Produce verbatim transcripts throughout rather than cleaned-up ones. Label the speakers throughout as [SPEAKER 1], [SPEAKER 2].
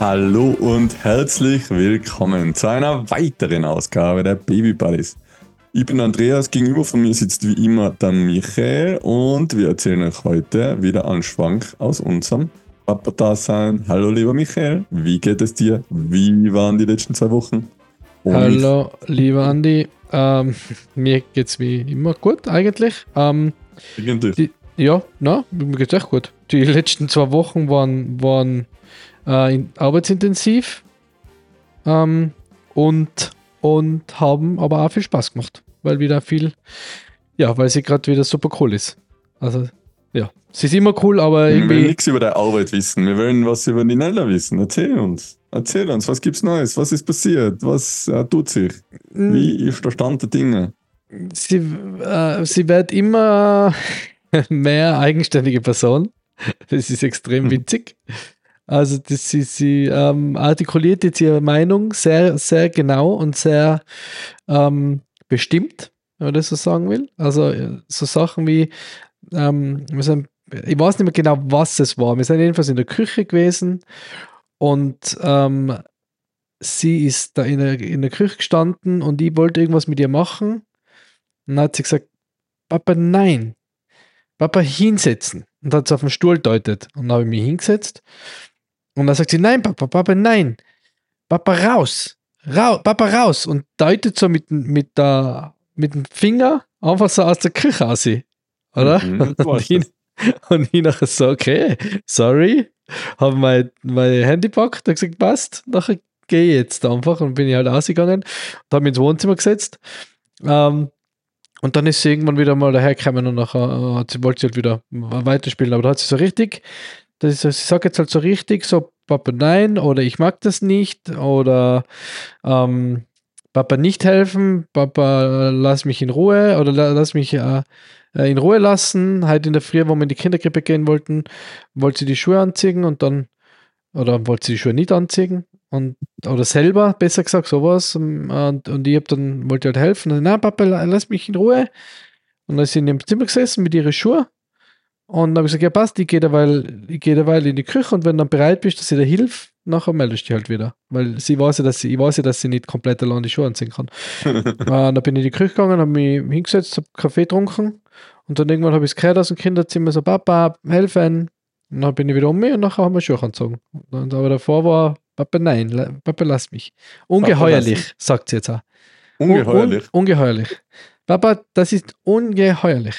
[SPEAKER 1] Hallo und herzlich willkommen zu einer weiteren Ausgabe der Baby Buddies. Ich bin Andreas, gegenüber von mir sitzt wie immer der Michael und wir erzählen euch heute wieder einen Schwank aus unserem Papa-Dasein. Hallo lieber Michael, wie geht es dir? Wie waren die letzten zwei Wochen? Und
[SPEAKER 2] Hallo lieber Andi, ähm, mir geht's wie immer gut eigentlich. Ähm,
[SPEAKER 1] eigentlich.
[SPEAKER 2] die, ja, na, mir geht's echt gut. Die letzten zwei Wochen waren, waren äh, in, arbeitsintensiv ähm, und, und haben aber auch viel Spaß gemacht, weil wieder viel, ja, weil sie gerade wieder super cool ist. Also, ja, sie ist immer cool, aber
[SPEAKER 1] Wir
[SPEAKER 2] irgendwie.
[SPEAKER 1] wollen nichts über deine Arbeit wissen, wir wollen was über die Nella wissen. Erzähl uns, erzähl uns, was gibt's Neues, was ist passiert, was äh, tut sich, wie ist der Stand der Dinge?
[SPEAKER 2] Sie, äh, sie wird immer mehr eigenständige Person. Das ist extrem witzig. Also das sie, sie ähm, artikuliert jetzt ihre Meinung sehr, sehr genau und sehr ähm, bestimmt, wenn man das so sagen will. Also äh, so Sachen wie, ähm, wir sind, ich weiß nicht mehr genau, was es war. Wir sind jedenfalls in der Küche gewesen und ähm, sie ist da in der, in der Küche gestanden und ich wollte irgendwas mit ihr machen. Und dann hat sie gesagt, Papa, nein. Papa, hinsetzen. Und hat sie auf den Stuhl deutet. Und dann habe ich mich hingesetzt. Und dann sagt sie, nein, Papa, Papa, nein. Papa, raus. Ra Papa, raus. Und deutet so mit, mit, der, mit dem Finger einfach so aus der Küche raus. Oder?
[SPEAKER 1] Mhm, du
[SPEAKER 2] und,
[SPEAKER 1] weißt
[SPEAKER 2] ich,
[SPEAKER 1] es.
[SPEAKER 2] und ich nachher so, okay, sorry. Habe mein, mein Handy gepackt, habe gesagt, passt. Nachher gehe ich jetzt einfach. Und bin ich halt rausgegangen. Und habe mich ins Wohnzimmer gesetzt. Ähm, Und dann ist sie irgendwann wieder mal dahergekommen und nachher äh, hat sie, wollte sie halt wieder weiterspielen. Aber da hat sie so richtig, das ist, so- sie sagt jetzt halt so richtig, so Papa nein oder ich mag das nicht oder ähm, Papa nicht helfen, Papa äh, lass mich in Ruhe oder la, lass mich äh, äh, in Ruhe lassen. Heute in der Früh, wo wir in die Kinderkrippe gehen wollten, wollte sie die Schuhe anziehen und dann, oder wollte sie die Schuhe nicht anziehen und oder selber, besser gesagt, sowas. ähm, Und, und ich hab dann, wollte halt helfen. Und, na, Papa, la- lass mich in Ruhe. Und dann ist sie in ihrem Zimmer gesessen mit ihren Schuhen. Und dann habe ich gesagt, ja passt, ich gehe derweil, ich gehe derweil in die Küche und wenn du dann bereit bist, dass ich dir hilf, nachher meldest du dich halt wieder. Weil sie weiß ja, dass sie, ich weiß ja, dass sie nicht komplett allein die Schuhe anziehen kann. Äh, dann bin ich in die Küche gegangen, habe mich hingesetzt, habe Kaffee getrunken und dann irgendwann habe ich es gehört aus dem Kinderzimmer, so Papa, helfen. Und dann bin ich wieder um mich und nachher haben wir Schuhe angezogen. Und aber davor war Papa, nein, la- Papa, lass mich. Ungeheuerlich, sagt sie jetzt auch. Un un
[SPEAKER 1] Ungeheuerlich.
[SPEAKER 2] ungeheuerlich. Papa, das ist ungeheuerlich.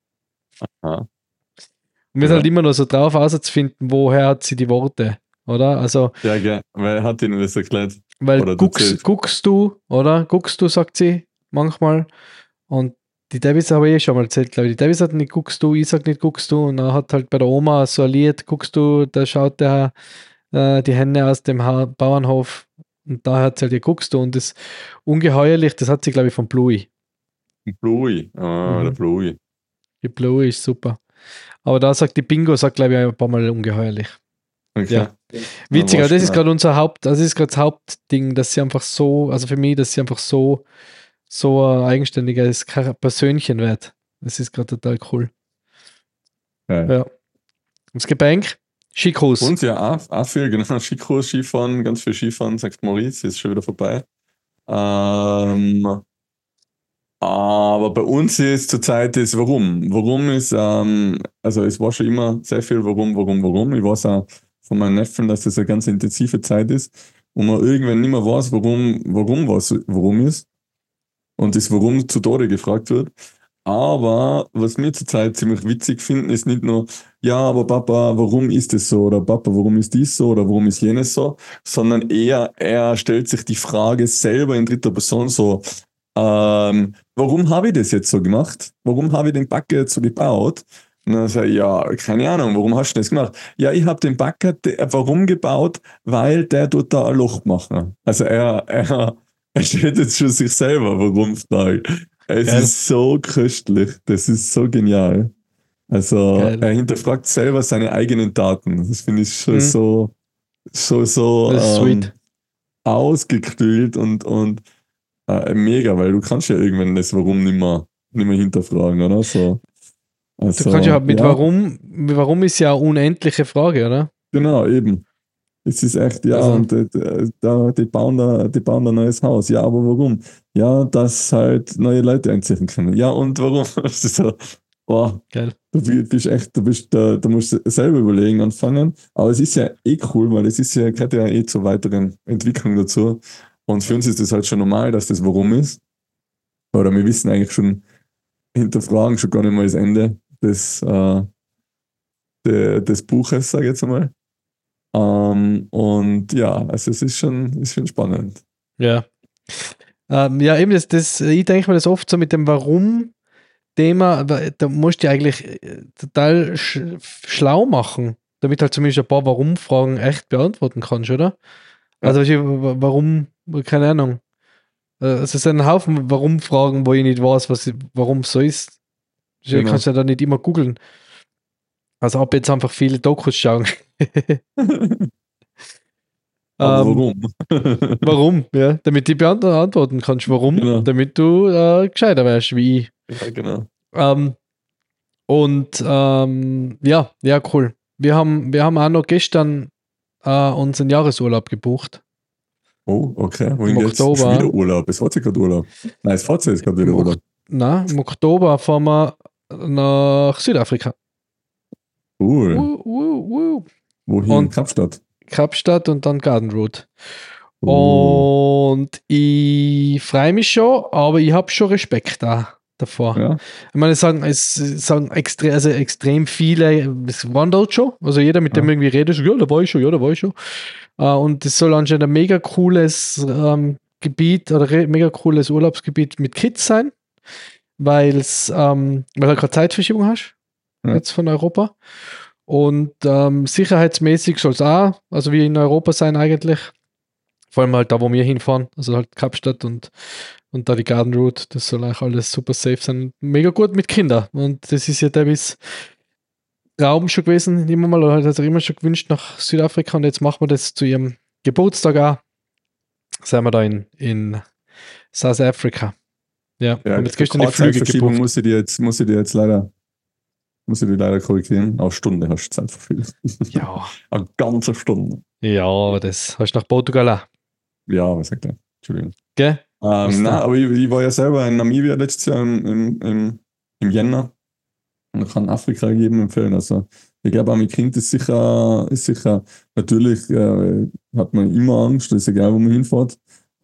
[SPEAKER 1] Ah,
[SPEAKER 2] Und wir sind
[SPEAKER 1] ja.
[SPEAKER 2] halt immer noch so drauf, auszufinden, woher hat sie die Worte, oder? Also,
[SPEAKER 1] Ja, gell. Wer hat Ihnen das erklärt?
[SPEAKER 2] weil
[SPEAKER 1] Oder
[SPEAKER 2] guckst,
[SPEAKER 1] erzählt?
[SPEAKER 2] guckst du, oder? Guckst du, sagt sie manchmal. Und die Davis habe ich eh schon mal erzählt, glaube ich. Die Davis hat nicht guckst du, ich sag nicht guckst du. Und dann hat halt bei der Oma so ein Lied, guckst du, da schaut der äh, die Henne aus dem ha Bauernhof. Und da hat sie halt ihr guckst du. Und das ungeheuerlich, das hat sie, glaube ich, von Bluey.
[SPEAKER 1] Bluey. Ah, der
[SPEAKER 2] Mhm.
[SPEAKER 1] Bluey.
[SPEAKER 2] Die Bluey ist super. Aber da sagt die Bingo, sagt, glaube ich, ein paar Mal ungeheuerlich.
[SPEAKER 1] Okay.
[SPEAKER 2] Ja.
[SPEAKER 1] Ja,
[SPEAKER 2] Witzig, aber
[SPEAKER 1] weißt
[SPEAKER 2] das
[SPEAKER 1] du
[SPEAKER 2] ist
[SPEAKER 1] genau.
[SPEAKER 2] gerade unser Haupt, das ist gerade das Hauptding, dass sie einfach so, also für mich, dass sie einfach so, so ein eigenständiges Char- Persönchen wird. Das ist gerade total cool.
[SPEAKER 1] Geil.
[SPEAKER 2] Ja. Das Getränk, Skikurs.
[SPEAKER 1] Und ja, auch, auch viel, genau, Skikurs, Skifahren, ganz viel Skifahren, Sankt Moritz, ist schon wieder vorbei. Ähm, aber bei uns ist zurzeit das Warum. Warum ist, ähm, also es war schon immer sehr viel Warum, warum, warum. Ich weiß auch von meinen Neffen, dass das eine ganz intensive Zeit ist, wo man irgendwann nicht mehr weiß, warum, warum was warum ist. Und das Warum zu Tode gefragt wird. Aber was wir zurzeit ziemlich witzig finden, ist nicht nur, ja, aber Papa, warum ist es so? Oder Papa, warum ist dies so? Oder warum ist jenes so? Sondern eher, er stellt sich die Frage selber in dritter Person so, ähm, warum habe ich das jetzt so gemacht? Warum habe ich den Backer jetzt so gebaut? Und dann sage ich, ja, keine Ahnung, warum hast du das gemacht? Ja, ich habe den Backer, de- warum gebaut? Weil der tut da ein Loch machen. Also er, er, er stellt jetzt schon sich selber warum Frage. Es
[SPEAKER 2] Geil.
[SPEAKER 1] ist so köstlich, das ist so genial. Also
[SPEAKER 2] Geil.
[SPEAKER 1] er hinterfragt selber seine eigenen Daten. Das finde ich schon
[SPEAKER 2] Mhm.
[SPEAKER 1] so, so, so
[SPEAKER 2] Das ist
[SPEAKER 1] ähm,
[SPEAKER 2] sweet.
[SPEAKER 1] ausgeklügelt und, und äh, mega, weil du kannst ja irgendwann das Warum nicht mehr, nicht mehr hinterfragen, oder? So,
[SPEAKER 2] Du kannst ja
[SPEAKER 1] also,
[SPEAKER 2] mit
[SPEAKER 1] ja,
[SPEAKER 2] warum, mit warum ist ja eine unendliche Frage, oder?
[SPEAKER 1] genau, eben. Es ist echt, ja,
[SPEAKER 2] Also,
[SPEAKER 1] und äh, da, die bauen da, die bauen da ein neues Haus. Ja, aber warum? Ja, dass halt neue Leute einziehen können. Ja, und warum? Das ist so, boah,
[SPEAKER 2] geil.
[SPEAKER 1] du bi- bist echt, du bist da, du musst selber überlegen, anfangen. Aber es ist ja eh cool, weil es ist ja, gehört ja eh zur weiteren Entwicklung dazu. Und für uns ist das halt schon normal, dass das warum ist. Oder wir wissen eigentlich schon, hinterfragen schon gar nicht mal das Ende des, äh, de, des Buches, sage ich jetzt einmal. Ähm, und ja, also es ist schon, ist schon spannend.
[SPEAKER 2] Ja. Ähm, ja, eben, das, das, ich denke mir das oft so mit dem Warum-Thema, aber da musst du dich eigentlich äh, total sch schlau machen, damit halt zumindest ein paar Warum-Fragen echt beantworten kannst, oder?
[SPEAKER 1] Ja,
[SPEAKER 2] Also, weißt du, wa- warum, keine Ahnung. Äh, Also, es sind ein Haufen Warum-Fragen, wo ich nicht weiß, was, warum es so ist. Du kannst
[SPEAKER 1] genau.
[SPEAKER 2] ja da nicht immer googeln. Also, ab jetzt einfach viele Dokus schauen.
[SPEAKER 1] Aber
[SPEAKER 2] ähm,
[SPEAKER 1] warum?
[SPEAKER 2] warum? Ja, damit du beant- beantworten kannst, warum?
[SPEAKER 1] Genau.
[SPEAKER 2] Damit du äh, gescheiter wärst wie ich.
[SPEAKER 1] Ja, genau.
[SPEAKER 2] Ähm, Und ähm, ja, ja, cool. Wir haben, wir haben auch noch gestern äh, unseren Jahresurlaub gebucht.
[SPEAKER 1] Oh, okay.
[SPEAKER 2] Im
[SPEAKER 1] Wohin geht's? Schon wieder
[SPEAKER 2] Oktober.
[SPEAKER 1] Urlaub. Es hat sich gerade Urlaub. Nein, es hat sich jetzt gerade wieder
[SPEAKER 2] Im, Ok
[SPEAKER 1] Urlaub.
[SPEAKER 2] na, im Oktober fahren wir nach Südafrika.
[SPEAKER 1] Cool.
[SPEAKER 2] Woo, woo, woo.
[SPEAKER 1] Wohin?
[SPEAKER 2] Und
[SPEAKER 1] Kapstadt.
[SPEAKER 2] Kapstadt und dann Garden Route.
[SPEAKER 1] Oh,
[SPEAKER 2] Und ich freue mich schon, aber ich habe schon Respekt da davor.
[SPEAKER 1] ja.
[SPEAKER 2] Ich meine, es sagen, es sagen extre also extrem viele, es wandert schon. Also jeder, mit dem
[SPEAKER 1] Ja.
[SPEAKER 2] irgendwie redet, so, ja, da war ich schon, ja, da war ich schon. Äh, und es soll anscheinend ein mega cooles ähm, Gebiet oder re- mega cooles Urlaubsgebiet mit Kids sein, weil es, ähm, weil du keine Zeitverschiebung hast,
[SPEAKER 1] Ja.
[SPEAKER 2] jetzt von Europa. Und ähm, sicherheitsmäßig soll es auch, also wie in Europa sein eigentlich. Vor allem halt da, wo wir hinfahren, also halt Kapstadt und, und da die Garden Route, das soll eigentlich alles super safe sein. Mega gut mit Kindern. Und das ist ja Davis Traum schon gewesen, immer mal, oder hat er sich immer schon gewünscht nach Südafrika und jetzt machen wir das zu ihrem Geburtstag auch. Sind wir da in, in South Africa. Ja,
[SPEAKER 1] Ja,
[SPEAKER 2] haben jetzt gestern die
[SPEAKER 1] keine
[SPEAKER 2] Flüge
[SPEAKER 1] Zeitverschiebung
[SPEAKER 2] gebucht.
[SPEAKER 1] muss ich dir jetzt, muss ich dir jetzt leider, muss ich dir leider korrigieren. Auf Stunde hast du Zeit verfehlt.
[SPEAKER 2] Ja,
[SPEAKER 1] Eine ganze Stunde.
[SPEAKER 2] ja, aber das hast du nach Portugal auch.
[SPEAKER 1] Ja, was sagt er? Entschuldigung.
[SPEAKER 2] Gell?
[SPEAKER 1] Ähm,
[SPEAKER 2] Was
[SPEAKER 1] nein,
[SPEAKER 2] da?
[SPEAKER 1] aber ich, ich war ja selber in Namibia letztes Jahr im, im, im, im Jänner und kann Afrika jedem empfehlen. Also ich glaube auch mit Kind ist sicher, ist sicher, natürlich äh, hat man immer Angst, ist egal, wo man hinfährt,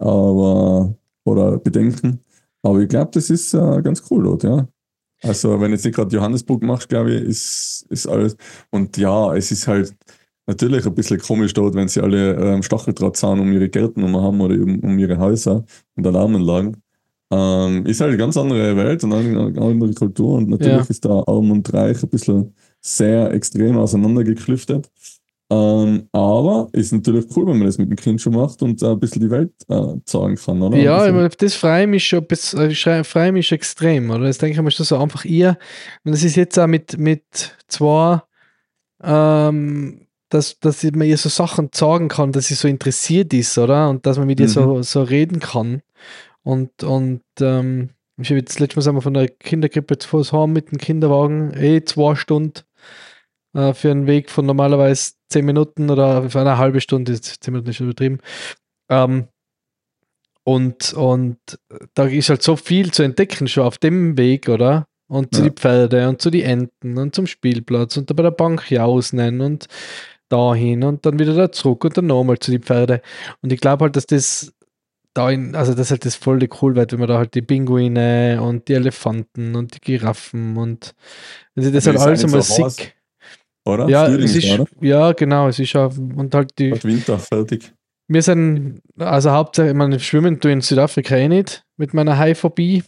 [SPEAKER 1] aber oder Bedenken. Aber ich glaube, das ist äh, ganz cool dort, ja. Also wenn jetzt nicht gerade Johannesburg machst, glaube ich, ist, ist alles. Und ja, es ist halt natürlich ein bisschen komisch dort, wenn sie alle ähm, Stacheldrahtzaun um ihre Gärten herum haben oder um, um ihre Häuser und Alarmanlagen. Ähm, ist halt eine ganz andere Welt und eine, eine andere Kultur und
[SPEAKER 2] Ja.
[SPEAKER 1] natürlich ist da Arm und Reich ein bisschen sehr extrem auseinandergeklüftet. Ähm, aber ist natürlich cool, wenn man das mit dem Kind schon macht und äh, ein bisschen die Welt äh, zeigen kann, oder? Ein
[SPEAKER 2] Ja, ich
[SPEAKER 1] bisschen,
[SPEAKER 2] meine, auf das freue ich mich schon, bis, äh, ich schrei- freue mich extrem, oder? Das denke ich mir schon so einfach ihr. Und das ist jetzt auch mit, mit zwei, ähm, dass, dass man ihr so Sachen sagen kann, dass sie so interessiert ist, oder? Und dass man mit ihr
[SPEAKER 1] mhm.
[SPEAKER 2] so, so reden kann. Und, und ähm, ich habe jetzt letztes Mal sind wir von der Kinderkrippe zu Fuß heim mit dem Kinderwagen, eh zwei Stunden äh, für einen Weg von normalerweise zehn Minuten oder für eine halbe Stunde, ist zehn Minuten nicht übertrieben. Ähm, und, und da ist halt so viel zu entdecken schon auf dem Weg, oder? Und zu
[SPEAKER 1] Ja.
[SPEAKER 2] die Pferde und zu die Enten und zum Spielplatz und da bei der Bank jausen und dahin und dann wieder da zurück und dann nochmal zu die Pferde. Und ich glaube halt, dass das da in, also das halt das voll cool wird, wenn man da halt die Pinguine und die Elefanten und die Giraffen und wenn sie das
[SPEAKER 1] Also
[SPEAKER 2] halt
[SPEAKER 1] ist ja
[SPEAKER 2] alles
[SPEAKER 1] nicht
[SPEAKER 2] einmal
[SPEAKER 1] so heiß,
[SPEAKER 2] sick.
[SPEAKER 1] oder?
[SPEAKER 2] Ja,
[SPEAKER 1] Frühling
[SPEAKER 2] es
[SPEAKER 1] ist da,
[SPEAKER 2] ist,
[SPEAKER 1] oder?
[SPEAKER 2] ja, genau, es ist ja, und halt die,
[SPEAKER 1] Bald Winter, fertig.
[SPEAKER 2] wir sind, also hauptsächlich, ich meine, schwimmen tue ich in Südafrika eh nicht, mit meiner Haiphobie.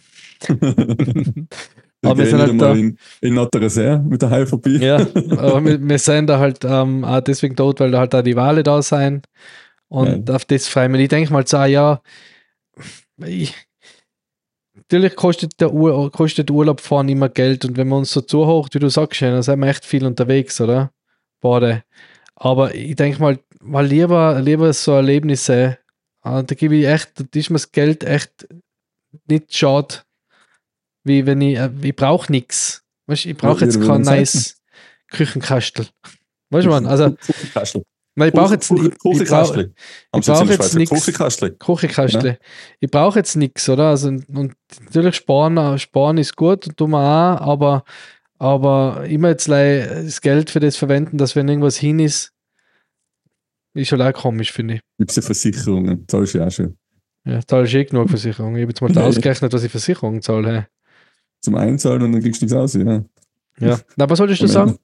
[SPEAKER 1] Ich
[SPEAKER 2] Aber wir
[SPEAKER 1] gehe
[SPEAKER 2] sind
[SPEAKER 1] nicht
[SPEAKER 2] halt
[SPEAKER 1] einmal
[SPEAKER 2] da,
[SPEAKER 1] in, in Nattersee mit der Hai vorbei.
[SPEAKER 2] ja, aber wir, wir sind da halt ähm, auch deswegen dort, weil da halt auch die Wale da sein. Und
[SPEAKER 1] Geil.
[SPEAKER 2] auf das freue ich mich. Ich denke mal, so, ja, ich, natürlich kostet der Ur kostet Urlaub fahren immer Geld und wenn man uns so zuhört, wie du sagst, ja, dann sind wir echt viel unterwegs, oder? Beide. Aber ich denke mal, mal lieber, lieber so Erlebnisse, äh, da gebe ich echt, da ist mir das Geld echt nicht schade, wie wenn ich, äh, ich brauche nichts. Weißt, ich
[SPEAKER 1] Wie
[SPEAKER 2] brauche
[SPEAKER 1] wie
[SPEAKER 2] jetzt
[SPEAKER 1] würde
[SPEAKER 2] kein
[SPEAKER 1] man sagen?
[SPEAKER 2] nice Küchenkastel. Weißt du, man, also
[SPEAKER 1] Kuchenkastel.
[SPEAKER 2] Nein, ich brauche jetzt
[SPEAKER 1] Kuchen-
[SPEAKER 2] nicht. Ich brauche
[SPEAKER 1] Kuchenkastli. Haben sie
[SPEAKER 2] brauch
[SPEAKER 1] in der
[SPEAKER 2] jetzt
[SPEAKER 1] Schweiz
[SPEAKER 2] nix.
[SPEAKER 1] Kuchenkastli?
[SPEAKER 2] Küchenkastle. Ich brauche jetzt nichts, oder? Also, und natürlich sparen, sparen ist gut und tun wir auch, aber, aber immer jetzt gleich das Geld für das verwenden, dass wenn irgendwas hin ist, ist schon auch komisch, finde ich.
[SPEAKER 1] Gibt es Versicherungen? Zahlst du ja auch schon.
[SPEAKER 2] Ja, zahle ich eh genug Versicherung. Ich habe jetzt mal
[SPEAKER 1] Ja, ja.
[SPEAKER 2] ausgerechnet, was ich Versicherung zahle. Hey.
[SPEAKER 1] Zum Einzahlen und dann kriegst du nichts aus. Ja.
[SPEAKER 2] Ja. Na, was solltest du
[SPEAKER 1] Am
[SPEAKER 2] sagen?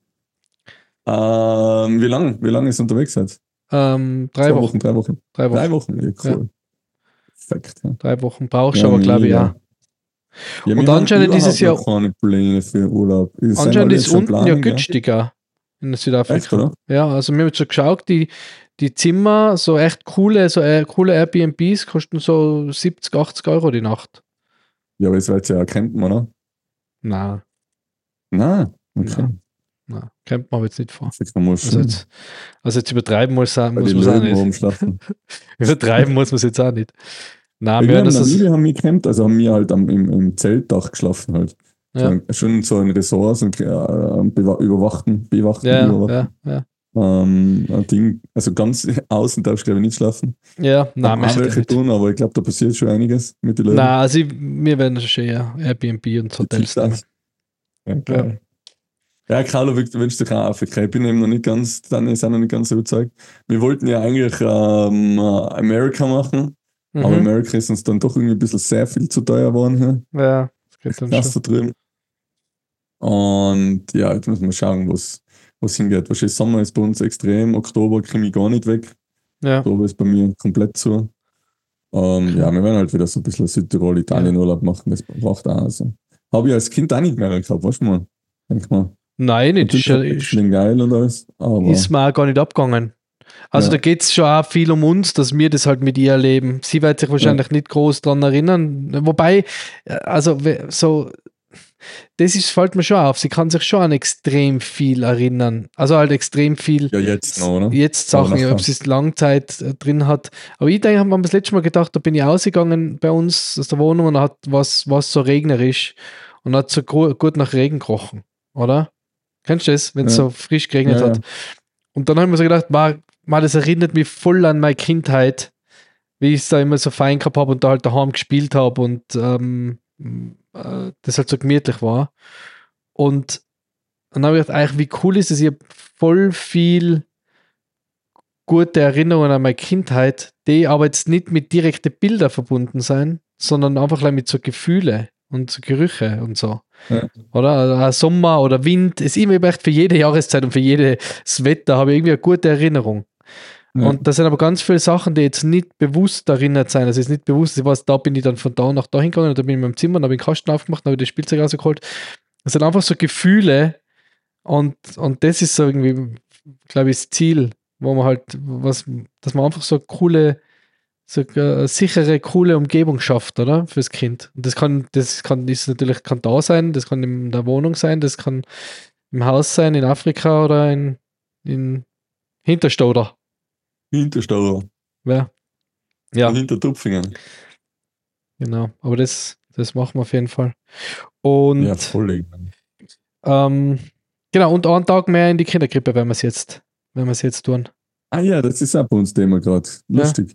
[SPEAKER 1] Ähm, wie lange wie lang ist unterwegs jetzt?
[SPEAKER 2] Ähm, drei
[SPEAKER 1] Zwei
[SPEAKER 2] Wochen.
[SPEAKER 1] Wochen, drei Wochen.
[SPEAKER 2] Drei Wochen.
[SPEAKER 1] Drei Wochen, ja, cool. Perfekt. Ja.
[SPEAKER 2] Drei Wochen brauchst du
[SPEAKER 1] Ja,
[SPEAKER 2] aber, glaube ich,
[SPEAKER 1] mega.
[SPEAKER 2] auch.
[SPEAKER 1] Ja,
[SPEAKER 2] Und
[SPEAKER 1] wir haben
[SPEAKER 2] anscheinend ist es
[SPEAKER 1] überhaupt
[SPEAKER 2] ja-
[SPEAKER 1] noch keine Pläne für Urlaub. Es sind
[SPEAKER 2] Anscheinend
[SPEAKER 1] alle
[SPEAKER 2] ist
[SPEAKER 1] schon
[SPEAKER 2] unten ja
[SPEAKER 1] Planung,
[SPEAKER 2] günstiger in Südafrika.
[SPEAKER 1] Echt, oder?
[SPEAKER 2] Ja, also wir haben jetzt schon geschaut, die, die Zimmer, so echt coole, so äh, coole Airbnbs kosten so siebzig, achtzig Euro die Nacht.
[SPEAKER 1] Ja, aber das wird ja campen, oder?
[SPEAKER 2] Nein,
[SPEAKER 1] Nein. Okay.
[SPEAKER 2] Nein. nein, kennt man aber jetzt nicht vor.
[SPEAKER 1] Das kann man
[SPEAKER 2] Also
[SPEAKER 1] schon
[SPEAKER 2] jetzt, also jetzt übertreiben muss,
[SPEAKER 1] bei
[SPEAKER 2] muss
[SPEAKER 1] den
[SPEAKER 2] man es auch
[SPEAKER 1] Löwen
[SPEAKER 2] nicht.
[SPEAKER 1] oben schlafen.
[SPEAKER 2] Übertreiben muss man es jetzt auch nicht. Nein,
[SPEAKER 1] Wir
[SPEAKER 2] wir
[SPEAKER 1] haben
[SPEAKER 2] haben das,
[SPEAKER 1] Namibia haben wir gecampt, also haben wir halt am, im, im Zeltdach geschlafen halt. So
[SPEAKER 2] ja,
[SPEAKER 1] ein, schon so ein Ressort, so ein äh, bewa- überwachten, bewachten,
[SPEAKER 2] ja,
[SPEAKER 1] überwachten.
[SPEAKER 2] ja, ja.
[SPEAKER 1] Ähm, ein Ding, also ganz außen darfst du glaube ich nicht schlafen.
[SPEAKER 2] Ja, nein,
[SPEAKER 1] Haben auch
[SPEAKER 2] möchte ich
[SPEAKER 1] welche
[SPEAKER 2] nicht.
[SPEAKER 1] tun, aber ich glaube, da passiert schon einiges mit den Löwen.
[SPEAKER 2] Nein, also ich, wir werden schon eher Airbnb und Hotels nehmen.
[SPEAKER 1] Ja, geil. Ja, Carlo, wünsch wünschst dich auch Afrika. Ich bin eben noch nicht ganz, dann ist auch noch nicht ganz überzeugt. Wir wollten ja eigentlich ähm, Amerika machen, aber
[SPEAKER 2] Mhm.
[SPEAKER 1] Amerika ist uns dann doch irgendwie ein bisschen sehr viel zu teuer geworden hier.
[SPEAKER 2] Ja, das geht dann
[SPEAKER 1] Krass
[SPEAKER 2] schon.
[SPEAKER 1] da drüben. Und ja, jetzt müssen wir schauen, was was hingeht. Wahrscheinlich Sommer ist bei uns extrem, Oktober kriege ich gar nicht weg.
[SPEAKER 2] Ja,
[SPEAKER 1] Oktober ist bei mir komplett zu. Ähm, ja, wir werden halt wieder so ein bisschen Südtirol, Italien Urlaub machen, das braucht auch. Also. Habe ich als Kind auch nicht mehr gehabt, weißt du mal. Denk mal.
[SPEAKER 2] nein, nicht. Ist,
[SPEAKER 1] Natürlich
[SPEAKER 2] ja-
[SPEAKER 1] ist
[SPEAKER 2] ist,
[SPEAKER 1] schon geil und alles, aber
[SPEAKER 2] ist mir auch gar nicht abgegangen. Also
[SPEAKER 1] Ja.
[SPEAKER 2] da geht es schon auch viel um uns, dass wir das halt mit ihr erleben. Sie wird sich wahrscheinlich nicht groß dran erinnern. Wobei, äh, also we- so, das ist, fällt mir schon auf. Sie kann sich schon an extrem viel erinnern. Also halt extrem viel
[SPEAKER 1] ja, jetzt noch, oder?
[SPEAKER 2] jetzt
[SPEAKER 1] Aber
[SPEAKER 2] Sachen,
[SPEAKER 1] nachher.
[SPEAKER 2] ob sie es Langzeit äh, drin hat. Aber ich denke, haben wir das letzte Mal gedacht, da bin ich ausgegangen bei uns aus der Wohnung und hat was, was so regnerisch und hat so gru- gut nach Regen gerochen, oder? Kennst du das, wenn es
[SPEAKER 1] Ja.
[SPEAKER 2] so frisch geregnet
[SPEAKER 1] Ja,
[SPEAKER 2] hat?
[SPEAKER 1] ja.
[SPEAKER 2] Und dann haben wir so gedacht, mal, mal, das erinnert mich voll an meine Kindheit, wie ich es da immer so fein gehabt habe und da halt daheim gespielt habe und ähm, äh, das halt so gemütlich war. Und dann habe ich gedacht, eigentlich, wie cool ist es, ich habe voll viel gute Erinnerungen an meine Kindheit, die aber jetzt nicht mit direkten Bildern verbunden sein, sondern einfach gleich mit so Gefühle und so Gerüche und so.
[SPEAKER 1] Ja.
[SPEAKER 2] Oder? Also Sommer oder Wind, ist immer echt für jede Jahreszeit und für jedes Wetter habe ich irgendwie eine gute Erinnerung.
[SPEAKER 1] Ja.
[SPEAKER 2] Und das sind aber ganz viele Sachen, die jetzt nicht bewusst erinnert sein. Also es ist nicht bewusst, ich weiß, da bin ich dann von da nach da hingegangen, da bin ich in meinem Zimmer, dann habe ich den Kasten aufgemacht, dann habe ich das Spielzeug rausgeholt. Das sind einfach so Gefühle und, und das ist so irgendwie, glaube ich, das Ziel, wo man halt, was, dass man einfach so eine coole, so eine sichere, coole Umgebung schafft, oder? Fürs Kind. Und das kann, das kann, ist natürlich, kann da sein, das kann in der Wohnung sein, das kann im Haus sein, in Afrika oder in, in Hinterstoder.
[SPEAKER 1] Hinterstauer.
[SPEAKER 2] Ja. Ja,
[SPEAKER 1] Hinter Tupfingen.
[SPEAKER 2] genau. Aber das, das machen wir auf jeden Fall. Und
[SPEAKER 1] Ja, voll.
[SPEAKER 2] ähm, genau, und einen Tag mehr in die Kinderkrippe, wenn wir es jetzt, wenn wir es jetzt tun.
[SPEAKER 1] Ah ja, das ist auch bei uns Thema gerade. Lustig.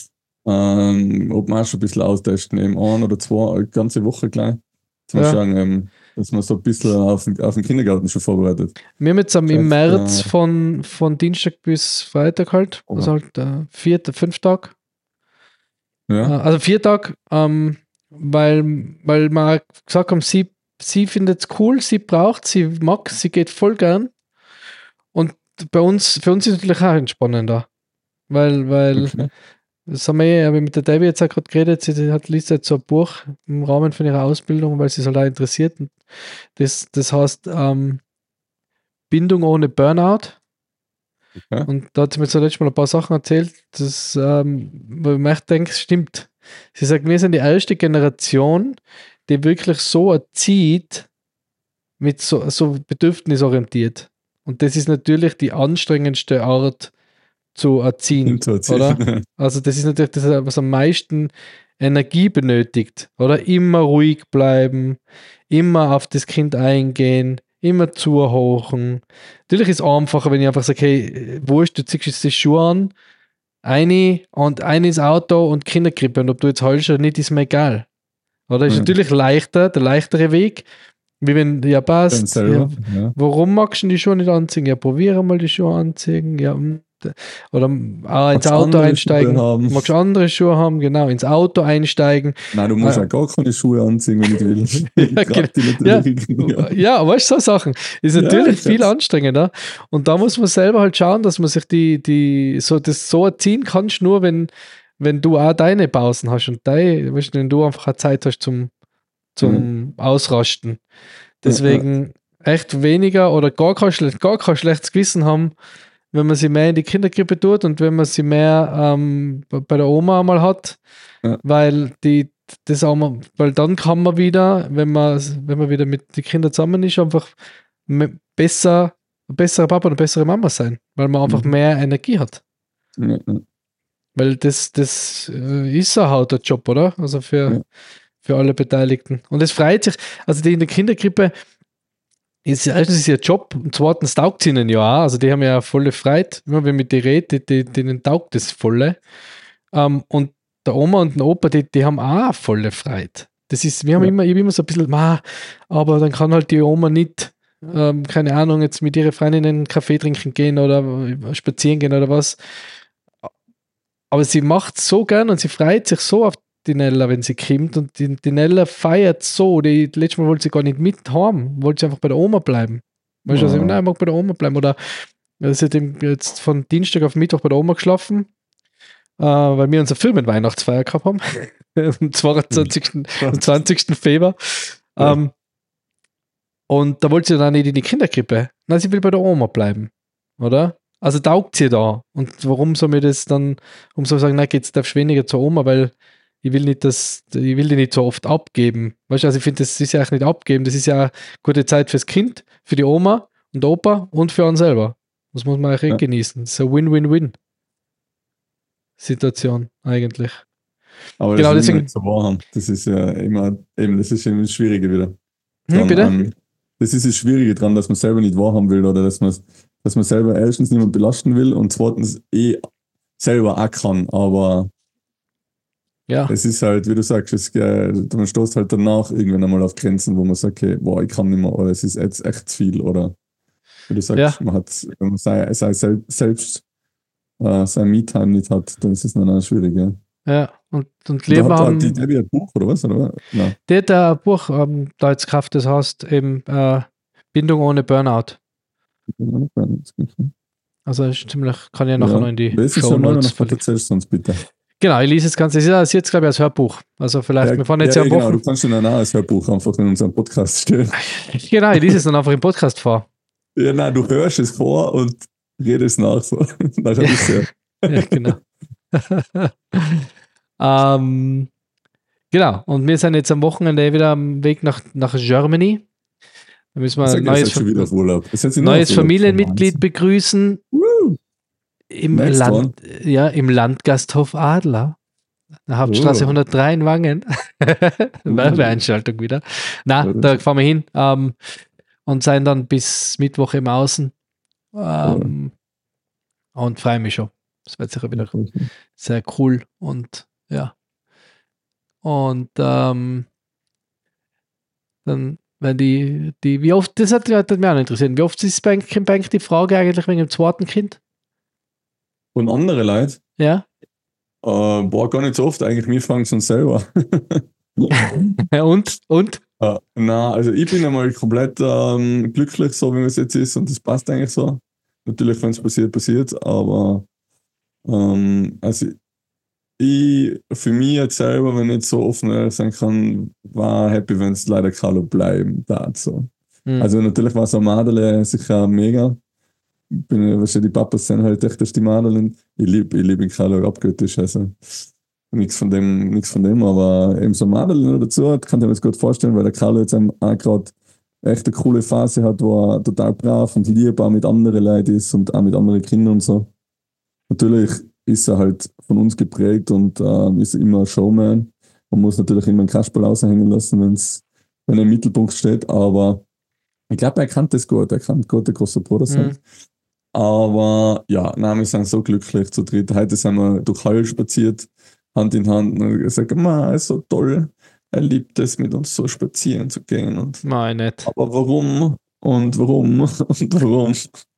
[SPEAKER 1] Ähm, ob wir auch schon ein bisschen austesten, eben ein oder zwei, eine ganze Woche gleich. Zum
[SPEAKER 2] Ja.
[SPEAKER 1] Schauen, ähm, dass man so ein bisschen auf den, auf den Kindergarten schon vorbereitet.
[SPEAKER 2] Wir haben jetzt am, im
[SPEAKER 1] Vielleicht,
[SPEAKER 2] März
[SPEAKER 1] äh,
[SPEAKER 2] von, von Dienstag bis Freitag halt,
[SPEAKER 1] Oh.
[SPEAKER 2] also halt äh, vier, fünf Tage. Äh,
[SPEAKER 1] Ja,
[SPEAKER 2] also vier Tage, ähm, weil, weil wir gesagt haben, sie, sie findet es cool, sie braucht, sie mag, sie geht voll gern. Und bei uns, für uns ist es natürlich auch entspannender. Weil, weil
[SPEAKER 1] okay.
[SPEAKER 2] das haben wir eh, habe ich mit der Debbie jetzt auch gerade geredet, sie hat, liest jetzt so ein Buch im Rahmen von ihrer Ausbildung, weil sie es halt auch interessiert. Und das, das heißt ähm, Bindung ohne Burnout.
[SPEAKER 1] Okay.
[SPEAKER 2] Und da hat sie mir zuletzt mal ein paar Sachen erzählt, das, ähm, wo ich mir echt denke, es stimmt. Sie sagt, wir sind die erste Generation, die wirklich so erzieht, mit so, so bedürfnisorientiert. Und das ist natürlich die anstrengendste Art zu erziehen,
[SPEAKER 1] Hinterziehen.
[SPEAKER 2] oder? Also das ist natürlich das, was am meisten Energie benötigt, oder? Immer ruhig bleiben, immer auf das Kind eingehen, immer zuhauchen. Natürlich ist es einfacher, wenn ich einfach sage, hey, wurscht, du ziehst jetzt die Schuhe an, eine und eine ins Auto und Kinderkrippe. Und ob du jetzt heulst oder nicht, ist mir egal. Oder ist
[SPEAKER 1] Ja.
[SPEAKER 2] natürlich leichter, der leichtere Weg, wie wenn, ja
[SPEAKER 1] Dann
[SPEAKER 2] passt,
[SPEAKER 1] selber,
[SPEAKER 2] ja,
[SPEAKER 1] ja.
[SPEAKER 2] warum magst du die Schuhe nicht anziehen? Ja, probiere mal die Schuhe anziehen. Ja, mm, d- oder auch ins
[SPEAKER 1] Magst du
[SPEAKER 2] Auto
[SPEAKER 1] andere
[SPEAKER 2] einsteigen.
[SPEAKER 1] Schuhe haben?
[SPEAKER 2] Magst du andere Schuhe haben? Genau, ins Auto einsteigen.
[SPEAKER 1] Nein, du musst
[SPEAKER 2] Äh,
[SPEAKER 1] auch gar keine Schuhe anziehen, wenn du willst.
[SPEAKER 2] ja,
[SPEAKER 1] Ich
[SPEAKER 2] genau.
[SPEAKER 1] trage die
[SPEAKER 2] Ja,
[SPEAKER 1] natürlich irgendwie an.
[SPEAKER 2] ja, weißt du, so Sachen. Ist
[SPEAKER 1] Ja,
[SPEAKER 2] natürlich
[SPEAKER 1] ich
[SPEAKER 2] viel
[SPEAKER 1] hab's.
[SPEAKER 2] anstrengender. Und da muss man selber halt schauen, dass man sich die, die, so, das so erziehen kannst, nur wenn, wenn du auch deine Pausen hast und deine, weißt du, wenn du einfach auch Zeit hast zum, zum Ausrasten.
[SPEAKER 1] Ja, ja,
[SPEAKER 2] Deswegen echt weniger oder gar kein, schle- gar kein schlechtes Gewissen haben, wenn man sie mehr in die Kinderkrippe tut und wenn man sie mehr ähm, bei bei der Oma einmal hat,
[SPEAKER 1] ja.
[SPEAKER 2] weil die das auch mal, weil dann kann man wieder, wenn man, wenn man wieder mit den Kindern zusammen ist, einfach me- besser, ein besserer Papa und eine bessere Mama sein, weil man einfach
[SPEAKER 1] Mhm.
[SPEAKER 2] mehr Energie hat.
[SPEAKER 1] Ja, ja,
[SPEAKER 2] Weil das, das äh, ist ein harter Job, oder? Also für,
[SPEAKER 1] ja.
[SPEAKER 2] für alle Beteiligten. Und es freut sich, also die in der Kinderkrippe ist ja erstens ist ihr Job und zweitens taugt es ihnen ja auch. Also die haben ja volle Freude, immer wenn mit die rede, die, die, denen taugt das volle. Ähm, und der Oma und der Opa, die, die haben auch volle Freude. Das ist, wir haben
[SPEAKER 1] Ja.
[SPEAKER 2] immer, ich hab immer so ein bisschen, ma, aber dann kann halt die Oma nicht, ähm, keine Ahnung, jetzt mit ihren Freundinnen einen Kaffee trinken gehen oder äh, spazieren gehen oder was. Aber sie macht so gern und sie freut sich so auf die Nella, wenn sie kommt. Und die, die Nella feiert so. Die, letztes Mal wollte sie gar nicht mit heim, wollte sie einfach bei der Oma bleiben. Weißt du, also,
[SPEAKER 1] Ah,
[SPEAKER 2] nein, ich mag bei der Oma bleiben. Oder äh, sie hat eben jetzt von Dienstag auf Mittwoch bei der Oma geschlafen, äh, weil wir unsere Firmenweihnachtsfeier gehabt haben. Am zweiundzwanzigsten am zwanzigsten Februar.
[SPEAKER 1] Ja.
[SPEAKER 2] Ähm, und da wollte sie dann auch nicht in die Kinderkrippe. Nein, sie will bei der Oma bleiben. Oder? Also taugt sie da. Und warum soll mir das dann, um so sagen, nein, jetzt darfst du weniger zur Oma, weil ich will nicht, dass, ich will die nicht so oft abgeben. Weißt du, also ich finde, das ist ja auch nicht abgeben, das ist ja eine gute Zeit fürs Kind, für die Oma und Opa und für uns selber. Das muss man auch
[SPEAKER 1] Ja.
[SPEAKER 2] genießen. Das ist eine Win-Win-Win-Situation eigentlich.
[SPEAKER 1] Aber
[SPEAKER 2] Genau,
[SPEAKER 1] das will man
[SPEAKER 2] deswegen-
[SPEAKER 1] nicht so wahrhaben. Das ist ja immer, eben, das ist eben das Schwierige wieder.
[SPEAKER 2] Hm,
[SPEAKER 1] Dran
[SPEAKER 2] bitte?
[SPEAKER 1] an- das ist das Schwierige dran, dass man selber nicht wahrhaben will oder dass man, dass man selber erstens niemand belasten will und zweitens eh selber auch kann. Aber
[SPEAKER 2] Ja,
[SPEAKER 1] es ist halt, wie du sagst, es, äh, man stoßt halt danach irgendwann einmal auf Grenzen, wo man sagt, okay, boah, ich kann nicht mehr oder es ist jetzt echt zu viel oder wie du sagst,
[SPEAKER 2] Ja.
[SPEAKER 1] man hat, wenn man sei, sei sel- selbst äh, sein Me-Time nicht hat, dann ist es dann auch schwierig. Ja.
[SPEAKER 2] ja. Und, und
[SPEAKER 1] Und da
[SPEAKER 2] Leben
[SPEAKER 1] hat
[SPEAKER 2] haben.
[SPEAKER 1] die Debbie ein Buch oder was? Oder? Nein.
[SPEAKER 2] Der hat ein Buch, ähm, da jetzt Kraft, das heißt eben äh, Bindung ohne Burnout. Also ist ziemlich, kann ich nachher noch in die
[SPEAKER 1] Welches
[SPEAKER 2] Show
[SPEAKER 1] Jahr mal
[SPEAKER 2] Notes
[SPEAKER 1] noch
[SPEAKER 2] verlinken.
[SPEAKER 1] erzählst du uns bitte?
[SPEAKER 2] Genau, ich lese das Ganze. Es ist jetzt, glaube ich, als Hörbuch. Also vielleicht,
[SPEAKER 1] Ja,
[SPEAKER 2] wir fahren
[SPEAKER 1] ja,
[SPEAKER 2] jetzt
[SPEAKER 1] ja,
[SPEAKER 2] ja,
[SPEAKER 1] genau,
[SPEAKER 2] Wochen.
[SPEAKER 1] du kannst ihn dann auch als Hörbuch einfach in unserem Podcast stellen.
[SPEAKER 2] Genau, ich lese es dann einfach im Podcast vor.
[SPEAKER 1] Ja, nein, du hörst es vor und redest nach. So. Nachher
[SPEAKER 2] Ja.
[SPEAKER 1] ist ja.
[SPEAKER 2] Ja, genau. ähm, genau, und wir sind jetzt am Wochenende wieder am Weg nach, nach Germany. Da müssen wir
[SPEAKER 1] Ich
[SPEAKER 2] ein
[SPEAKER 1] sag, ihr
[SPEAKER 2] neues,
[SPEAKER 1] seid schon wieder auf Urlaub. Ihr seid nur
[SPEAKER 2] neues
[SPEAKER 1] auf Urlaub.
[SPEAKER 2] Familienmitglied begrüßen
[SPEAKER 1] Woo!
[SPEAKER 2] im,
[SPEAKER 1] Next
[SPEAKER 2] Land, ja, im Landgasthof Adler. Der Hauptstraße
[SPEAKER 1] Oh.
[SPEAKER 2] hundertdrei in Wangen. Werbeeinschaltung wieder. Na,
[SPEAKER 1] Ja, das-
[SPEAKER 2] da fahren wir hin ähm, und sein dann bis Mittwoch im Außen. Ähm, und freue mich schon. Das wird sicher wieder sehr cool und ja. Und ähm, dann, wenn die, die, wie oft, das hat, hat mich auch noch interessiert, wie oft ist Bank, Bank die Frage eigentlich wegen dem zweiten Kind?
[SPEAKER 1] Und andere Leute,
[SPEAKER 2] Ja?
[SPEAKER 1] äh, boah, gar nicht so oft eigentlich, wir fangen es uns selber.
[SPEAKER 2] und? Und?
[SPEAKER 1] äh, na, also ich bin einmal komplett ähm, glücklich, so wie es jetzt ist und das passt eigentlich so. Natürlich, wenn es passiert, passiert, aber ähm, also ich, für mich jetzt selber, wenn ich jetzt so offen ehrlich sein kann, war happy, wenn es leider Carlo bleiben darf. So.
[SPEAKER 2] Hm.
[SPEAKER 1] Also natürlich war so Madele sicher mega. Bin ja wahrscheinlich die Papas sind halt echt die Madelen. Ich liebe ich lieb den Carlo abgöttisch, also nichts von dem, nichts von dem, aber eben so Madelen dazu, kann ich mir jetzt gut vorstellen, weil der Carlo jetzt auch gerade echt eine coole Phase hat, wo er total brav und lieb auch mit anderen Leuten ist und auch mit anderen Kindern und so. Natürlich ist er halt von uns geprägt und äh, ist immer ein Showman. Man muss natürlich immer einen Kasperl aushängen lassen, wenn's, wenn er im Mittelpunkt steht, aber Ich glaube, er kann das gut, er kann gut der große Bruder sein.
[SPEAKER 2] Mhm.
[SPEAKER 1] Aber ja, nein, wir sind so glücklich zu dritt. Heute sind wir durch Hall spaziert, Hand in Hand, und gesagt, Ma, ist so toll. Er liebt es, mit uns so spazieren zu gehen. Und,
[SPEAKER 2] Nein, nicht.
[SPEAKER 1] aber warum? Und warum? Und warum?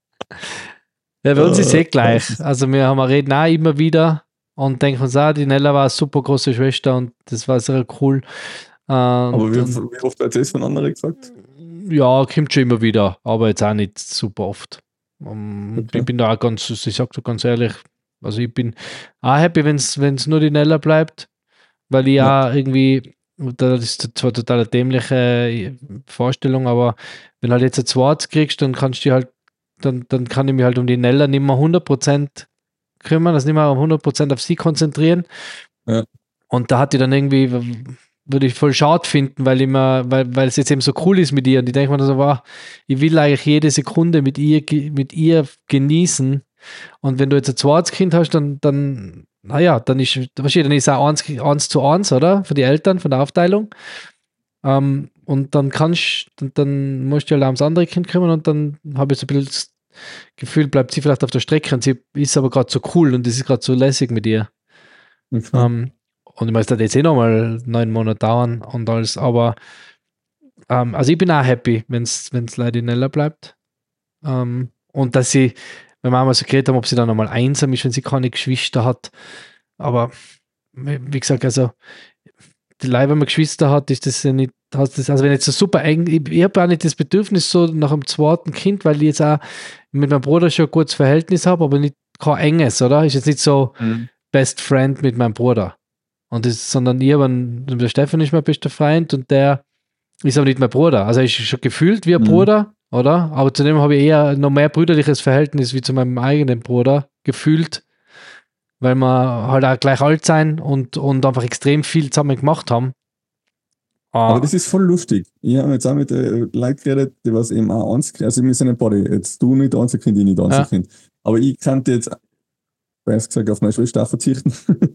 [SPEAKER 2] Ja, bei uns ist es
[SPEAKER 1] Äh,
[SPEAKER 2] eh gleich. Also wir haben wir reden auch immer wieder und denken uns auch, die Nella war eine super große Schwester und das war sehr cool. Äh,
[SPEAKER 1] aber
[SPEAKER 2] Und,
[SPEAKER 1] wie,
[SPEAKER 2] und
[SPEAKER 1] wie oft hat es von anderen gesagt?
[SPEAKER 2] ja, kommt schon immer wieder, aber jetzt auch nicht super oft. Um,
[SPEAKER 1] Okay.
[SPEAKER 2] Ich bin da auch ganz, ich sag so ganz ehrlich, also ich bin auch happy, wenn es nur die Nella bleibt, weil ich
[SPEAKER 1] Ja.
[SPEAKER 2] auch irgendwie, das ist zwar total eine dämliche Vorstellung, aber wenn halt jetzt ein zweites kriegst, dann kannst du halt, dann, dann kann ich mich halt um die Nella nicht mehr hundert Prozent kümmern, also nicht mehr um hundert Prozent auf sie konzentrieren.
[SPEAKER 1] Ja.
[SPEAKER 2] Und da hat die dann irgendwie, würde ich voll schade finden, weil immer, weil, weil es jetzt eben so cool ist mit ihr. Und ich denke mir so, wow, ich will eigentlich jede Sekunde mit ihr, ge- mit ihr genießen. Und wenn du jetzt ein zweites Kind hast, dann, dann, naja, dann ist, wahrscheinlich, dann ist es auch eins, eins zu eins, oder? Für die Eltern, von der Aufteilung. Ähm, und dann kannst, dann, dann musst du halt auch ums andere Kind kümmern und dann habe ich so ein bisschen das Gefühl, bleibt sie vielleicht auf der Strecke und sie ist aber gerade so cool und das ist gerade so lässig mit ihr.
[SPEAKER 1] Okay.
[SPEAKER 2] Ähm, und ich meine, es wird jetzt eh nochmal neun Monate dauern und alles, aber ähm, also ich bin auch happy, wenn es leider schneller bleibt. Ähm, und dass sie, wenn wir einmal so geredet haben, ob sie dann nochmal einsam ist, wenn sie keine Geschwister hat. Aber wie wie gesagt, also die Leute, wenn man Geschwister hat, ist das ja nicht, hast das, also wenn jetzt so super eng, ich, ich habe auch nicht das Bedürfnis so nach einem zweiten Kind, weil ich jetzt auch mit meinem Bruder schon ein gutes Verhältnis habe, aber nicht kein enges, oder? Ist jetzt nicht so
[SPEAKER 1] Mhm.
[SPEAKER 2] Best Friend mit meinem Bruder. Und das, sondern ich, aber der Stefan ist mein bester Freund und der ist aber nicht mein Bruder. Also er ist schon gefühlt wie ein
[SPEAKER 1] Mhm.
[SPEAKER 2] Bruder, oder? Aber zu dem habe ich eher noch mehr brüderliches Verhältnis wie zu meinem eigenen Bruder gefühlt, weil wir halt auch gleich alt sein und, und einfach extrem viel zusammen gemacht haben.
[SPEAKER 1] Aber
[SPEAKER 2] Ah,
[SPEAKER 1] das ist voll lustig. Ich habe jetzt auch mit äh, Leuten geredet, die was eben auch Einzelkind, also wir sind ein Body, jetzt du nicht Einzelkind, ich nicht
[SPEAKER 2] ja.
[SPEAKER 1] Einzelkind. Aber ich könnte jetzt, besser gesagt, auf meine Schwester auch verzichten.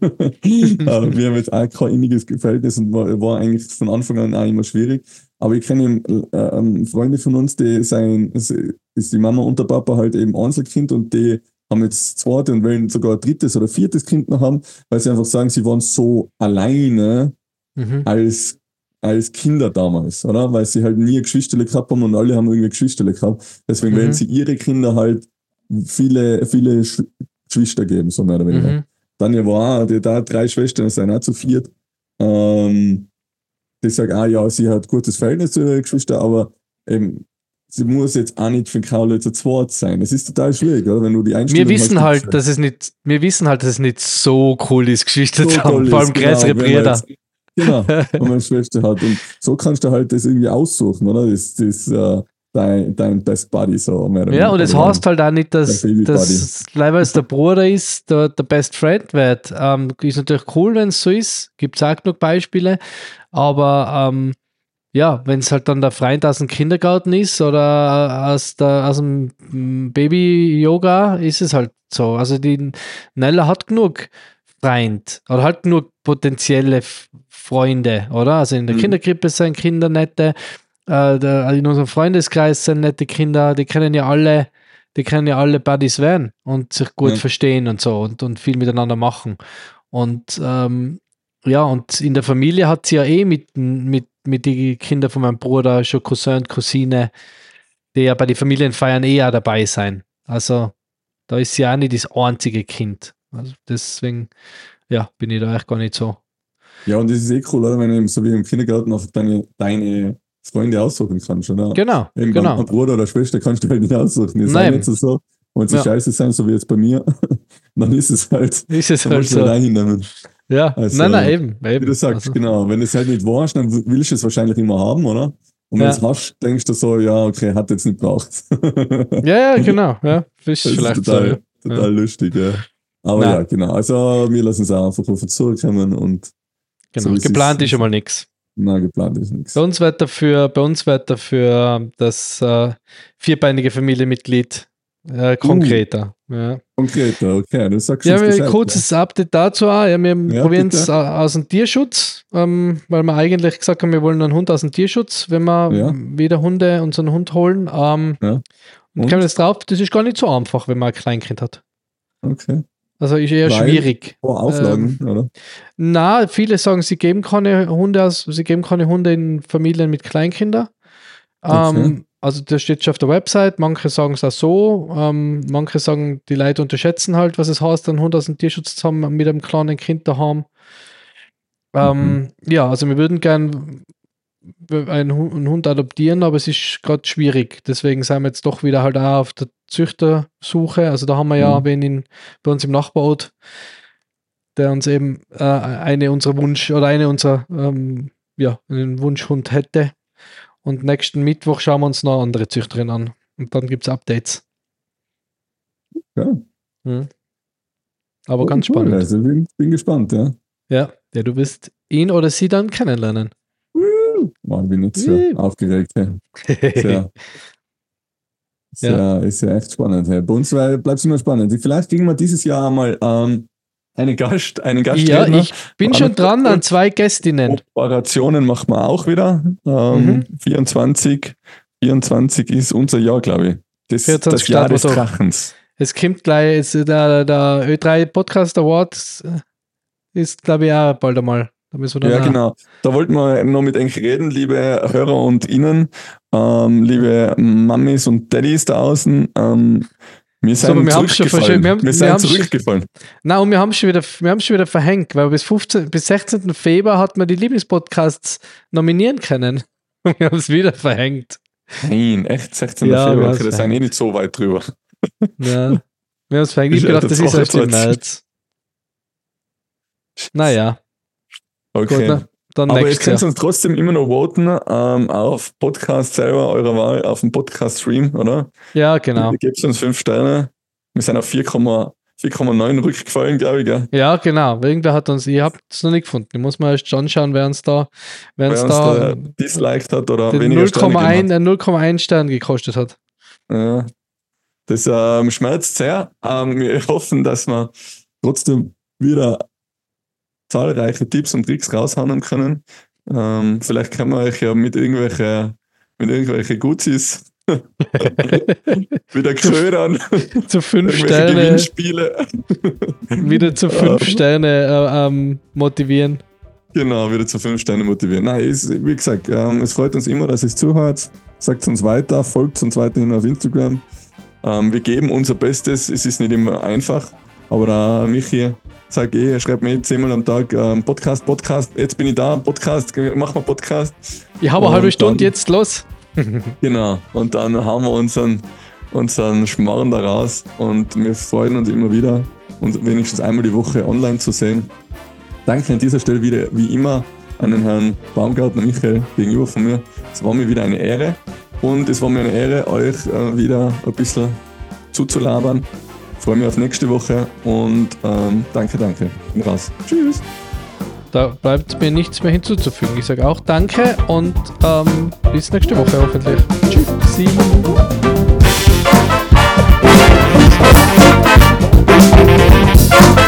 [SPEAKER 1] Aber wir haben jetzt auch kein inniges Verhältnis und war, war eigentlich von Anfang an auch immer schwierig. Aber ich kenne äh, ähm, Freunde von uns, die sein, ist die Mama und der Papa halt eben Einzelkind und die haben jetzt zweite und wollen sogar ein drittes oder viertes Kind noch haben, weil sie einfach sagen, sie waren so alleine
[SPEAKER 2] Mhm.
[SPEAKER 1] als, als Kinder damals, oder? Weil sie halt nie Geschwisterle gehabt haben und alle haben irgendwie Geschwisterle gehabt. Deswegen werden
[SPEAKER 2] Mhm.
[SPEAKER 1] sie ihre Kinder halt viele, viele Sch- Geschwister geben, so mehr oder weniger.
[SPEAKER 2] Mhm.
[SPEAKER 1] Dann ja war auch, die da drei Schwestern sind auch zu viert. Ähm, die sagen, ah ja, sie hat gutes Verhältnis zu ihren Geschwistern, aber eben, sie muss jetzt auch nicht für Kaule zu zweit sein. Es ist total schwierig, oder? Wenn du die
[SPEAKER 2] Wir
[SPEAKER 1] Einstellung
[SPEAKER 2] wissen
[SPEAKER 1] hast,
[SPEAKER 2] halt, dass es nicht, wir wissen halt, dass es nicht so cool ist, Geschwister
[SPEAKER 1] so
[SPEAKER 2] zu haben,
[SPEAKER 1] toll
[SPEAKER 2] vor allem
[SPEAKER 1] ist, genau,
[SPEAKER 2] größere
[SPEAKER 1] wenn man
[SPEAKER 2] Brüder.
[SPEAKER 1] jetzt, genau, wenn man eine Schwester hat. Und so kannst du halt das irgendwie aussuchen, oder? Das ist äh, dein, dein Best Buddy, so mehr oder
[SPEAKER 2] Ja, und
[SPEAKER 1] weniger.
[SPEAKER 2] es
[SPEAKER 1] Oder
[SPEAKER 2] heißt halt auch nicht,
[SPEAKER 1] dein
[SPEAKER 2] dass,
[SPEAKER 1] Baby Buddy.
[SPEAKER 2] dass leider es der Bruder ist, der, der Best Friend wird. Ähm, ist natürlich cool, wenn es so ist. Gibt es auch genug Beispiele. Aber ähm, ja, wenn es halt dann der Freund aus dem Kindergarten ist oder aus, der, aus dem mm, Baby-Yoga, ist es halt so. Also die Nella hat genug Freund oder hat genug potenzielle F- Freunde, oder? Also in der
[SPEAKER 1] Mhm.
[SPEAKER 2] Kinderkrippe sind Kinder nette, äh, der, in unserem Freundeskreis sind nette Kinder, die können ja alle, die können ja alle Buddies werden und sich gut
[SPEAKER 1] Ja.
[SPEAKER 2] verstehen und so und, und viel miteinander machen. Und ähm, ja, und in der Familie hat sie ja eh mit, mit, mit den Kindern von meinem Bruder schon Cousin und Cousine, die ja bei den Familienfeiern eh auch dabei sein. Also da ist sie auch nicht das einzige Kind. Also deswegen, ja, bin ich da echt gar nicht so.
[SPEAKER 1] Ja, und das ist eh cool, oder? Wenn du eben so wie im Kindergarten auch deine, deine Freunde aussuchen kannst, oder?
[SPEAKER 2] Genau,
[SPEAKER 1] Eben beim
[SPEAKER 2] genau.
[SPEAKER 1] beim Bruder oder Schwester kannst du halt nicht aussuchen. Die sind
[SPEAKER 2] Nein,
[SPEAKER 1] jetzt so, wenn sie
[SPEAKER 2] ja,
[SPEAKER 1] scheiße sein, so wie jetzt bei mir, dann ist es halt,
[SPEAKER 2] ist es
[SPEAKER 1] dann
[SPEAKER 2] halt
[SPEAKER 1] musst du halt
[SPEAKER 2] so.
[SPEAKER 1] auch hinnehmen.
[SPEAKER 2] Ja, nein, nein,
[SPEAKER 1] Also,
[SPEAKER 2] eben,
[SPEAKER 1] wie du
[SPEAKER 2] eben.
[SPEAKER 1] sagst,
[SPEAKER 2] Also,
[SPEAKER 1] genau, wenn du es halt nicht warst, dann willst du es wahrscheinlich immer haben, oder? Und wenn du es
[SPEAKER 2] ja.
[SPEAKER 1] hast, denkst du so, ja, okay, hat jetzt nicht braucht.
[SPEAKER 2] Ja, ja, genau, ja. Ist
[SPEAKER 1] Das ist
[SPEAKER 2] vielleicht so, ja.
[SPEAKER 1] total,
[SPEAKER 2] Ja.
[SPEAKER 1] total lustig, ja. Aber ja,
[SPEAKER 2] Na,
[SPEAKER 1] genau. Also, wir lassen es auch einfach auf uns zurückkommen und so
[SPEAKER 2] genau.
[SPEAKER 1] wie es
[SPEAKER 2] Geplant ist
[SPEAKER 1] ist,
[SPEAKER 2] schon mal nichts.
[SPEAKER 1] na, geplant ist
[SPEAKER 2] Bei
[SPEAKER 1] nichts.
[SPEAKER 2] uns wird dafür, bei uns wird dafür das äh, vierbeinige Familienmitglied äh,
[SPEAKER 1] Uh,
[SPEAKER 2] konkreter. Ja.
[SPEAKER 1] Konkreter, okay, du sagst
[SPEAKER 2] Ja,
[SPEAKER 1] uns
[SPEAKER 2] wir
[SPEAKER 1] Bescheid.
[SPEAKER 2] ein kurzes Update dazu auch. Ja, wir
[SPEAKER 1] Ja,
[SPEAKER 2] probieren es
[SPEAKER 1] bitte.
[SPEAKER 2] aus dem Tierschutz, ähm, weil wir eigentlich gesagt haben, wir wollen einen Hund aus dem Tierschutz, wenn wir
[SPEAKER 1] Ja.
[SPEAKER 2] wieder Hunde, unseren Hund holen. Ähm,
[SPEAKER 1] Ja.
[SPEAKER 2] und
[SPEAKER 1] Und?
[SPEAKER 2] kommen jetzt drauf, das ist gar nicht so einfach, wenn man ein Kleinkind hat.
[SPEAKER 1] Okay.
[SPEAKER 2] Also ist eher
[SPEAKER 1] Weil
[SPEAKER 2] schwierig.
[SPEAKER 1] Vor Auflagen,
[SPEAKER 2] Ähm,
[SPEAKER 1] oder?
[SPEAKER 2] Na, viele sagen, sie geben keine Hunde aus, sie geben keine Hunde in Familien mit Kleinkindern.
[SPEAKER 1] Okay.
[SPEAKER 2] Ähm, also das steht schon auf der Website, manche sagen es auch so, ähm, manche sagen, die Leute unterschätzen halt, was es heißt, einen Hund aus dem Tierschutz zu haben mit einem kleinen Kind daheim. Ähm,
[SPEAKER 1] Mhm.
[SPEAKER 2] Ja, also wir würden gern einen, Hu- einen Hund adoptieren, aber es ist gerade schwierig. Deswegen sind wir jetzt doch wieder halt auch auf der Züchtersuche. Also da haben wir ja
[SPEAKER 1] Mhm.
[SPEAKER 2] wen in, bei uns im Nachbarort, der uns eben äh, eine unserer Wunsch oder eine unserer ähm, ja, einen Wunschhund hätte. Und nächsten Mittwoch schauen wir uns noch andere Züchterin an. Und dann gibt es Updates.
[SPEAKER 1] Ja.
[SPEAKER 2] Mhm. Aber
[SPEAKER 1] Oh,
[SPEAKER 2] ganz
[SPEAKER 1] cool.
[SPEAKER 2] spannend.
[SPEAKER 1] Also bin, bin gespannt, ja.
[SPEAKER 2] Ja, ja, du wirst ihn oder sie dann kennenlernen.
[SPEAKER 1] Wow, ich bin jetzt sehr
[SPEAKER 2] Mhm.
[SPEAKER 1] aufgeregt. Hey. Sehr, sehr, Ist ja echt spannend. Hey. Bei uns bleibt es immer spannend. Vielleicht kriegen wir dieses Jahr einmal ähm, eine Gast, einen
[SPEAKER 2] Ja,
[SPEAKER 1] Gastredner.
[SPEAKER 2] ich bin
[SPEAKER 1] War
[SPEAKER 2] schon
[SPEAKER 1] nicht
[SPEAKER 2] dran
[SPEAKER 1] so
[SPEAKER 2] an zwei Gästinnen.
[SPEAKER 1] Operationen machen wir auch wieder. Ähm,
[SPEAKER 2] Mhm.
[SPEAKER 1] vierundzwanzig, vierundzwanzig ist unser Jahr, glaube ich. Das,
[SPEAKER 2] vierundzwanzig
[SPEAKER 1] das Jahr
[SPEAKER 2] starten wir
[SPEAKER 1] des
[SPEAKER 2] durch.
[SPEAKER 1] Krachens.
[SPEAKER 2] Es kommt gleich, jetzt der, der Ö drei Podcast Award ist, glaube ich, auch bald einmal. Da müssen wir dann
[SPEAKER 1] Ja,
[SPEAKER 2] auch-
[SPEAKER 1] genau. Da wollten wir noch mit euch reden, liebe Hörer und Innen, ähm, liebe Mamis und Daddys da außen. Ähm, wir
[SPEAKER 2] So, aber
[SPEAKER 1] sind
[SPEAKER 2] wir haben's schon
[SPEAKER 1] zurückgefallen.
[SPEAKER 2] verschi- wir haben-
[SPEAKER 1] Wir
[SPEAKER 2] wir
[SPEAKER 1] sind
[SPEAKER 2] haben's schon-
[SPEAKER 1] zurückgefallen.
[SPEAKER 2] Nein, und wir haben schon wieder, wir haben schon wieder verhängt, weil bis, fünfzehnten bis sechzehnten Februar hat man die Lieblingspodcasts nominieren können. Und wir haben es wieder verhängt.
[SPEAKER 1] Nein, echt sechzehnten
[SPEAKER 2] Ja, wir
[SPEAKER 1] Februar.
[SPEAKER 2] haben's
[SPEAKER 1] Okay, das sind
[SPEAKER 2] verhängt.
[SPEAKER 1] eh nicht so weit drüber.
[SPEAKER 2] Ja, wir haben es verhängt. Ich
[SPEAKER 1] Ist
[SPEAKER 2] habe
[SPEAKER 1] ja
[SPEAKER 2] gedacht, das
[SPEAKER 1] der
[SPEAKER 2] ist erst im
[SPEAKER 1] Woche
[SPEAKER 2] März. Naja,
[SPEAKER 1] Okay.
[SPEAKER 2] gut, ne? Dann
[SPEAKER 1] Aber ihr
[SPEAKER 2] nächstes
[SPEAKER 1] könnt
[SPEAKER 2] Jahr.
[SPEAKER 1] uns trotzdem immer noch voten ähm, auf Podcast selber, eurer Wahl, auf dem Podcast-Stream, oder?
[SPEAKER 2] Ja, genau.
[SPEAKER 1] Ihr gebt uns fünf Sterne. Wir sind auf vier Komma neun rückgefallen, glaube ich. Gell?
[SPEAKER 2] Ja, genau. Irgendwer hat uns, ich habe es noch nicht gefunden. Ich muss mal erst anschauen, wer uns da, wer
[SPEAKER 1] Wer
[SPEAKER 2] uns
[SPEAKER 1] uns
[SPEAKER 2] da
[SPEAKER 1] da disliked hat oder
[SPEAKER 2] den
[SPEAKER 1] weniger
[SPEAKER 2] null
[SPEAKER 1] Sterne
[SPEAKER 2] Komma eins
[SPEAKER 1] gegeben
[SPEAKER 2] äh, null Komma eins Stern gekostet hat.
[SPEAKER 1] hat. Ja. Das ähm, schmerzt sehr. Ähm, wir hoffen, dass wir trotzdem wieder zahlreiche Tipps und Tricks raushauen können. Ähm, vielleicht können wir euch ja mit irgendwelchen mit irgendwelche Gutsis wieder krödern.
[SPEAKER 2] zu fünf
[SPEAKER 1] Irgendwelche
[SPEAKER 2] Sterne,
[SPEAKER 1] Gewinnspiele.
[SPEAKER 2] wieder zu fünf
[SPEAKER 1] Ähm,
[SPEAKER 2] Sterne äh, ähm, motivieren.
[SPEAKER 1] Genau, wieder zu fünf Sterne motivieren. Nein, ist, wie gesagt, ähm, es freut uns immer, dass ihr es zuhört. Sagt uns weiter, folgt uns weiterhin auf Instagram. Ähm, wir geben unser Bestes. Es ist nicht immer einfach, aber der Michi sagt eh, er schreibt mir zehnmal am Tag ähm, Podcast, Podcast, jetzt bin ich da, Podcast, mach mal Podcast.
[SPEAKER 2] Ich habe eine
[SPEAKER 1] Und
[SPEAKER 2] halbe Stunde,
[SPEAKER 1] dann-
[SPEAKER 2] jetzt los.
[SPEAKER 1] Genau, und dann haben wir unseren, unseren Schmarrn da raus und wir freuen uns immer wieder, uns wenigstens einmal die Woche online zu sehen. Danke an dieser Stelle wieder, wie immer, an den Herrn Baumgartner Michael gegenüber von mir. Es war mir wieder eine Ehre und es war mir eine Ehre, euch äh, wieder ein bisschen zuzulabern. Ich freue mich auf nächste Woche und ähm, danke, danke. Bin raus. Tschüss.
[SPEAKER 2] Da bleibt mir nichts mehr hinzuzufügen. Ich sage auch Danke und ähm, bis nächste Woche hoffentlich. Tschüssi.